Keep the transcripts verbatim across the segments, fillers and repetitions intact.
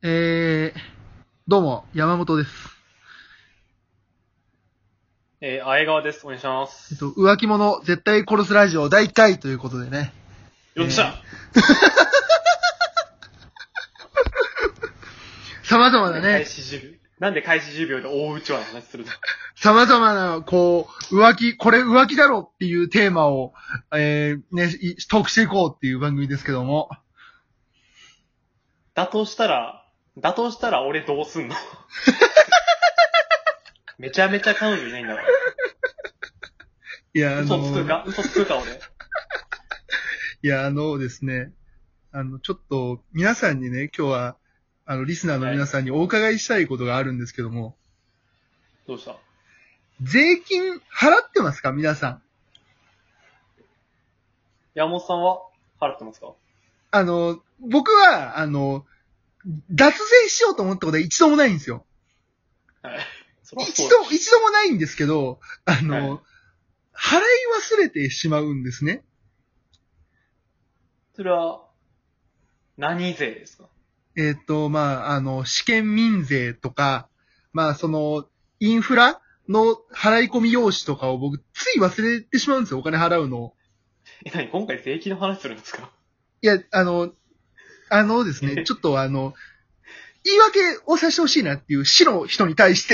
えー、どうも、山本です。 えー、あえがわです。お願いしまえっす。 と、浮気者絶対殺すラジオだいいっかいということでね。 よっしゃ、 様々な開ね、 始じゅうびょう。なんで開始じゅうびょうで大うちわの話するの？ 様々な、こう、浮気、これ浮気だろっていうテーマを、えー、ね、いトークしていこうっていう番組ですけども。 だとしたら、だとしたら俺どうすんの？めちゃめちゃ彼女いないんだから。 いや、あの嘘つくか嘘つくか俺。 いや、あのですね、あの、ちょっと、皆さんにね、今日は、あの、リスナーの皆さんにお伺いしたいことがあるんですけども、 どうした？ 税金払ってますか皆さん。 山本さんは払ってますか？ あの、僕は、あの、脱税しようと思ったことは一度もないんですよ。 はい。そらそう一度、一度もないんですけど、あの、 はい払い忘れてしまうんですね。 それは、何税ですか？ えっと、まあ、あの、試験民税とか、まあ、その、インフラの払い込み用紙とかを僕、つい忘れてしまうんですよ、お金払うのを。 え、何今回税金の話するんですか？ いや、あの、あのですね、ちょっとあの、言い訳をさせてほしいなっていう市の人に対して、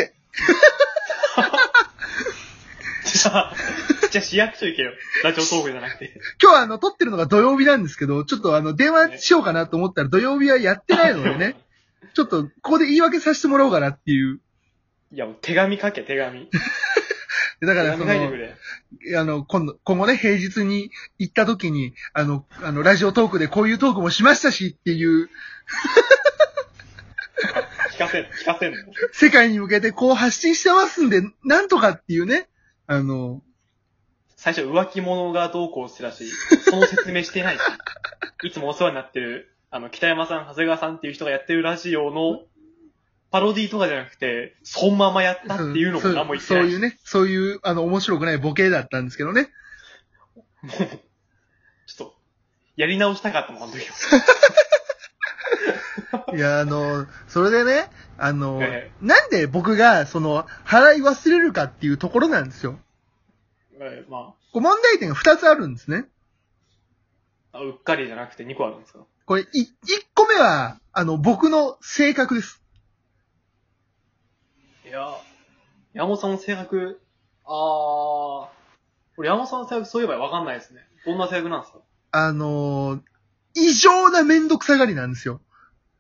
じゃあ、じゃあ市役所行けよ。ラジオトークじゃなくて。 今日はあの、撮ってるのが土曜日なんですけど、ちょっとあの、電話しようかなと思ったら土曜日はやってないのでね、ちょっとここで言い訳させてもらおうかなっていう。 いや、もう手紙書け、手紙。 だからその、 手紙書いてくれ。 あの、今度、今後ね、平日に行った時に、あの、あの、ラジオトークでこういうトークもしましたしっていう、 聞かせんの聞かせんの世界に向けてこう発信してますんで、なんとかっていうね、あの、 最初浮気者がどうこうしてたし、その説明してないし、いつもお世話になってる、あの、北山さん、長谷川さんっていう人がやってるラジオのパロディとかじゃなくて、そのままやったっていうのも何も言ってない。 そういうね、そういう、あの、面白くないボケだったんですけどね。 もう、ちょっと、やり直したかったもん、あの時は。 いや、あの、それでね、あの、 えなんで僕が、その、払い忘れるかっていうところなんですよ。 ええまこう問題点が二つあるんですね。 あ、うっかりじゃなくてにこあるんですか？ これ、い、一個目は、あの、僕の性格です。 いや、山本さんの性格、あー、俺山本さんの性格そういえばわかんないですね。どんな性格なんですか？ あの、異常なめんどくさがりなんですよ。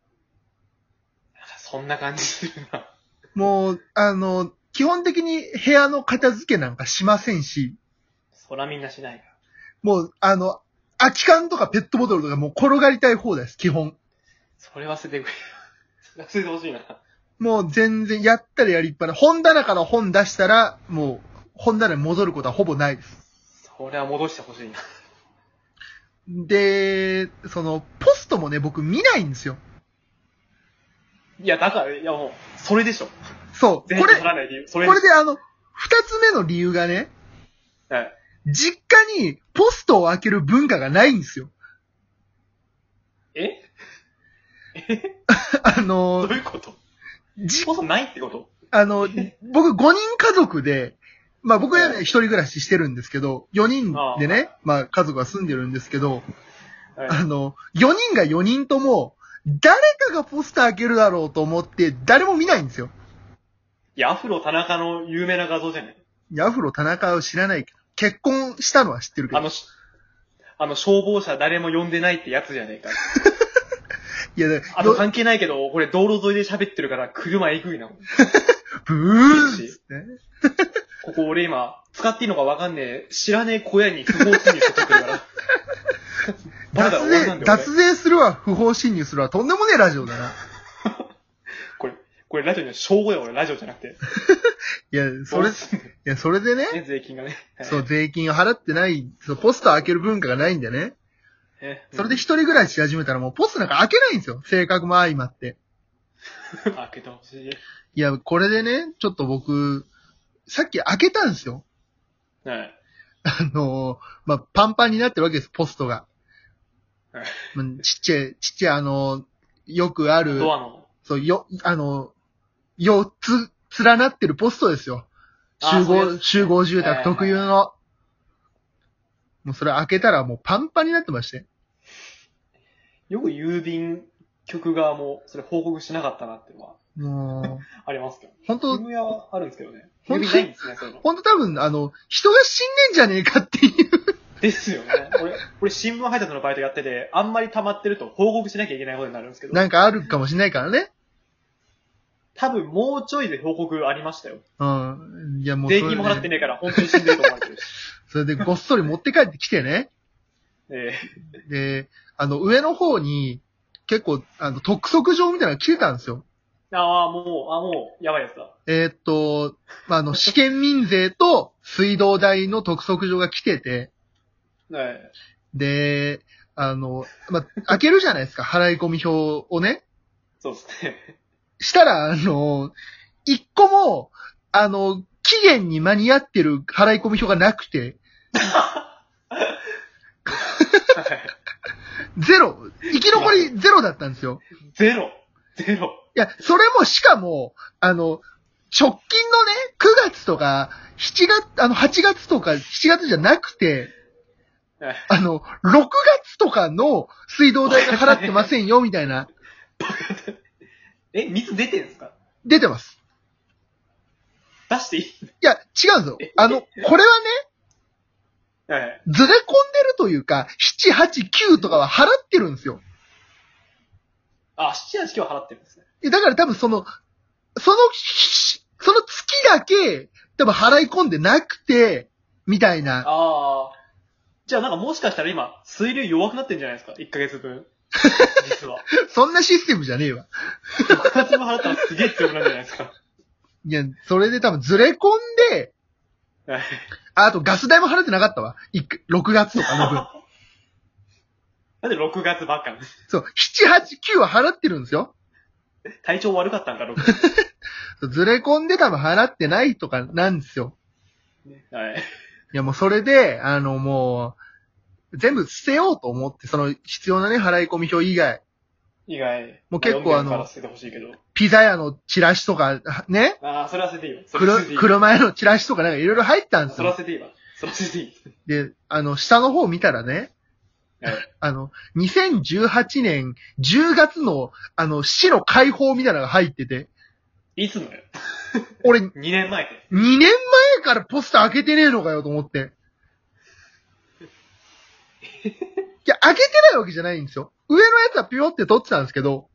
そんな感じするな。 もう、あの、基本的に部屋の片付けなんかしませんし、 そらみんなしないから。 もう、あの、空き缶とかペットボトルとかもう転がりたい方です、基本。 それ忘れてくれ。忘れてほしいな。 もう全然やったらやりっぱな。本棚から本出したら、もう、本棚に戻ることはほぼないです。 それは戻してほしいな。 で、その、ポストもね、僕見ないんですよ。 いや、だから、いやもう、それでしょ。 そう。 全部これ、 取らない理由。それこれであの、二つ目の理由がね、 はい。 実家にポストを開ける文化がないんですよ。 ええあのどういうことじ、 ポストないってことあの、僕ごにん家族で、まあ僕はね、一人暮らししてるんですけど、よにんでね、まあ家族は住んでるんですけど、 はいあの、よにんがよにんとも、誰かがポスター開けるだろうと思って、誰も見ないんですよ。 いや、アフロ田中の有名な画像じゃないヤフロ田中を知らないけど、結婚したのは知ってるけど。 あの、あの、消防車誰も呼んでないってやつじゃねえか。 いや、 あと関係ないけど、これ道路沿いで喋ってるから車えぐいな。 ブーンですね。 ここ俺今、使っていいのかわかんねえ、知らねえ小屋に不法侵入してってるから。バレたら終わりなんだよ。 脱税するわ、不法侵入するわ、とんでもねえラジオだな。 これ、これラジオには小五や俺、ラジオじゃなくて。 いや、それ、いや、それでね、 ね、税金がね。 そう、税金を払ってない、そうポスト開ける文化がないんでね。 えそれで一人暮らしし始めたらもうポストなんか開けないんですよ。性格も相まって。 開けてほしい。 いや、これでね、ちょっと僕、さっき開けたんですよ。 はい。 あの、まあ、パンパンになってるわけです、ポストが。 はい。 まあちっちゃい、ちっちゃいあの、よくある、 ドアの。 そう、よ、あの、よっつ連なってるポストですよ。集合、集合住宅特有の。もうそれ開けたらもうパンパンになってまして。 よく郵便局側もそれ報告しなかったなっていうのは。もう。ありますけど。 本当渋谷はあるんですけどね。郵便ないんですね、そういうの。 本当多分、あの、人が死んでんじゃねえかっていう。 ですよね。俺、俺新聞配達のバイトやってて、あんまり溜まってると報告しなきゃいけないことになるんですけど。 なんかあるかもしれないからね。 多分もうちょいで報告ありましたよ。 うん。いやもう、 税金も払ってねえから本当に死んでると思われてるし。 それでごっそり持って帰ってきてね。 ええで、あの、上の方に、結構、あの、督促状みたいなのが来てたんですよ。 ああ、もう、あもう、やばいやつだ。 えー、っと、まあ、あの、試験民税と水道代の督促状が来てて、 はい。 で、あの、まあ、開けるじゃないですか、払い込み表をね。 そうですね。 したら、あの、一個も、あの、期限に間に合ってる払い込み表がなくて、ゼロ。生き残りゼロだったんですよ。 ゼロ。ゼロ。 いや、それもしかも、あの、直近のね、くがつとか、しちがつ、あの、はちがつとかしちがつじゃなくて、あの、ろくがつとかの水道代が払ってませんよ、みたいな。 え、水出てんすか？ 出てます。 出していい？いや、違うんですよ。あの、これはね、 はい。 ずれ込んでるというか、なな、はち、きゅうとかは払ってるんですよ。 あ、なな、はち、きゅうは払ってるんですね。 だから多分その、その、その月だけ、多分払い込んでなくて、みたいな。 ああ。じゃあなんかもしかしたら今、水流弱くなってんじゃないですか？ いっ ヶ月分。実は。 そんなシステムじゃねえわ。 いっかげつ分払ったらすげえ強くなるんじゃないですか。 いや、それで多分ずれ込んで、 はい。 あとガス代も払ってなかったわ。ろくがつとかの分。 なんでろくがつばっかなの？ そう、なな、はち、きゅうは払ってるんですよ。 体調悪かったんか、ろくがつ。 ずれ込んで多分払ってないとかなんですよ。 ね、はい。 いやもうそれで、あのもう、全部捨てようと思って、その必要なね、払い込み表以外。 以外。 もう結構あの、 捨ててほしいけど。 ピザ屋のチラシとか、ね。 ああ、それは捨てていいわ。 黒、車屋のチラシとかなんかいろいろ入ったんですよ。 それは捨てていいわ。それは捨てていい。 で、あの、下の方見たらね、 はい。 あの、にせんじゅうはちねんじゅうがつの、あの、市の解放みたいなのが入ってて。 いつのよ。 俺、 にねんまえで。 にねんまえからポスター開けてねえのかよと思って。いや、開けてないわけじゃないんですよ。上のやつはピヨって取ってたんですけど。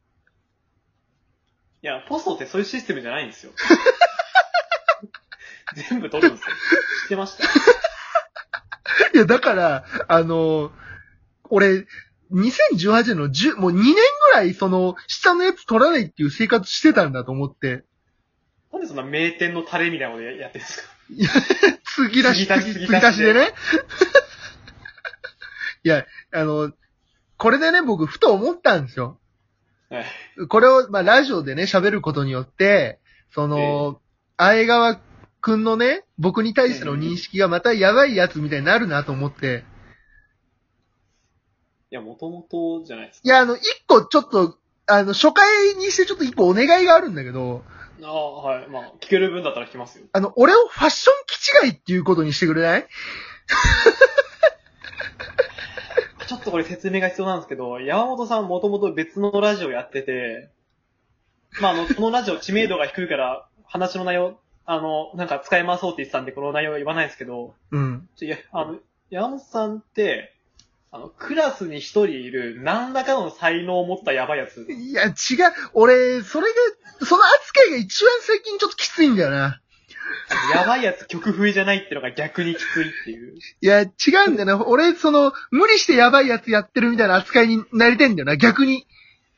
いや、ポストってそういうシステムじゃないんですよ。全部取るんですよ。知ってました？ いや、だから、あの、俺、にせんじゅうはちねんのじゅう、もうにねんぐらい、その、下のやつ取らないっていう生活してたんだと思って。 なんでそんな名店のタレみたいなことやってるんですか？ いや、次出し、 次次出し出しでね。いや、あの、これでね、僕、ふと思ったんですよ。 はい。 これを、まあ、ラジオでね、喋ることによって、その、あえがわくんのね、僕に対しての認識がまたやばいやつみたいになるなと思って。 いや、もともとじゃないですか。 いや、あの、一個ちょっと、あの、初回にしてちょっと一個お願いがあるんだけど、 ああ、はい。まあ、聞ける分だったら聞きますよ。 あの、俺をファッション気違いっていうことにしてくれない？ ちょっとこれ説明が必要なんですけど、山本さんもともと別のラジオやってて、まあ、あの、このラジオ知名度が低いから、話の内容、あの、なんか使い回そうって言ってたんで、この内容は言わないですけど、 うん。 いや、あの、山本さんって、あの、クラスに一人いる何らかの才能を持ったやばいやつ。 いや、違う。俺、それが、その扱いが一番最近ちょっときついんだよな。 やばいやつ曲不意じゃないってのが逆にきついっていう。 いや、違うんだよな。俺、その、無理してやばいやつやってるみたいな扱いになりたいんだよな、逆に。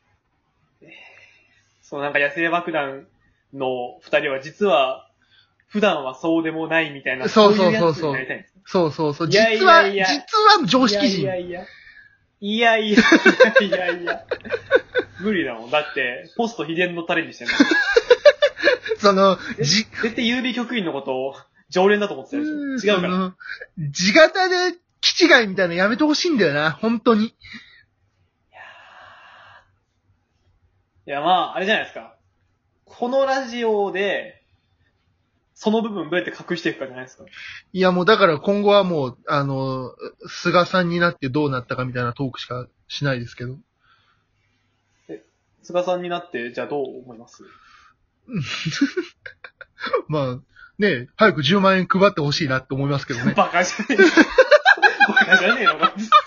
そう、なんか野生爆弾の二人は実は、普段はそうでもないみたいな、 そうそうそうそうそういうやつになりたいんです。 そうそうそう。 いやい実は、 やいや実は常識人。 いやいやいや。いやいやいやいや。無理だもん。だって、ポスト秘伝のタレにしてんの。 その、じ、 絶対郵便局員のことを常連だと思ってたでしょ。違うから。 地形で気違いみたいなのやめてほしいんだよな、本当に。いやいいや、まあ、あれじゃないですか。このラジオで、その部分どうやって隠していくかじゃないですか。 いやもうだから今後はもう、あの、菅さんになってどうなったかみたいなトークしかしないですけど。 え、菅さんになって、じゃあどう思います？ まあ、ね、早くじゅうまん円配ってほしいなって思いますけどね。 バカじゃねえよ。バカじゃねえよ、まず。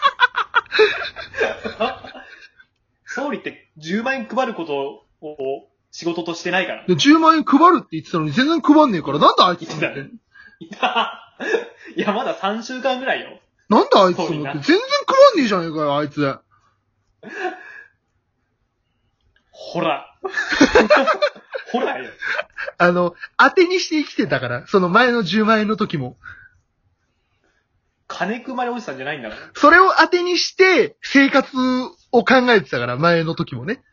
総理ってじゅうまん円配ることを仕事としてないから。 でじゅうまん円配るって言ってたのに全然配んねえから、なんであいつそんなって。 いや、まださんしゅうかんぐらいよ。 なんであいつそんなって。全然配んねえじゃねえかよ、あいつ。 ほら。ほらよ。 あの、当てにして生きてたから、その前のじゅうまん円の時も。 金配りおじさんじゃないんだから。 それを当てにして生活を考えてたから、前の時もね。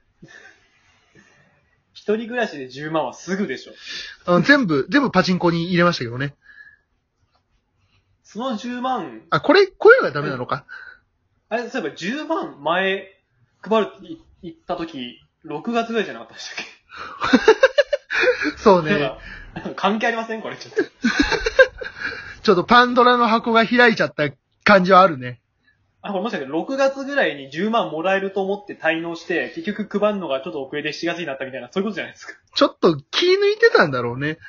一人暮らしでじゅうまんはすぐでしょ。 あの全部、全部パチンコに入れましたけどね。 そのじゅうまん。 あ、これ、これがダメなのか。 あれ、そういえばじゅうまん前配るって言った時、ろくがつぐらいじゃなかったでしたっけ？ そうね。 関係ありませんこれちょっと。 ちょっとパンドラの箱が開いちゃった感じはあるね。 あ、これもしかしてろくがつぐらいにじゅうまんもらえると思って滞納して、結局配るのがちょっと遅れてしちがつになったみたいな、そういうことじゃないですか。 ちょっと気抜いてたんだろうね。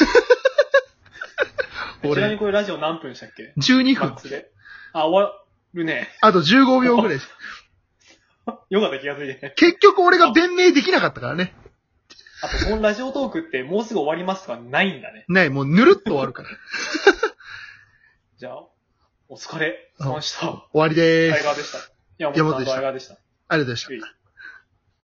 ちなみにこれラジオ何分でしたっけ？ じゅうにふん。 マックスで。あ、終わるね。 あとじゅうごびょうぐらい。 よかった気がついて。 結局俺が弁明できなかったからね。 あと、このラジオトークってもうすぐ終わりますとかないんだね。 ない、もうぬるっと終わるから。 じゃあ、お疲れ様でした。 終わりでーす。 相川でした。山本さんと相川でした。 ありがとうございました。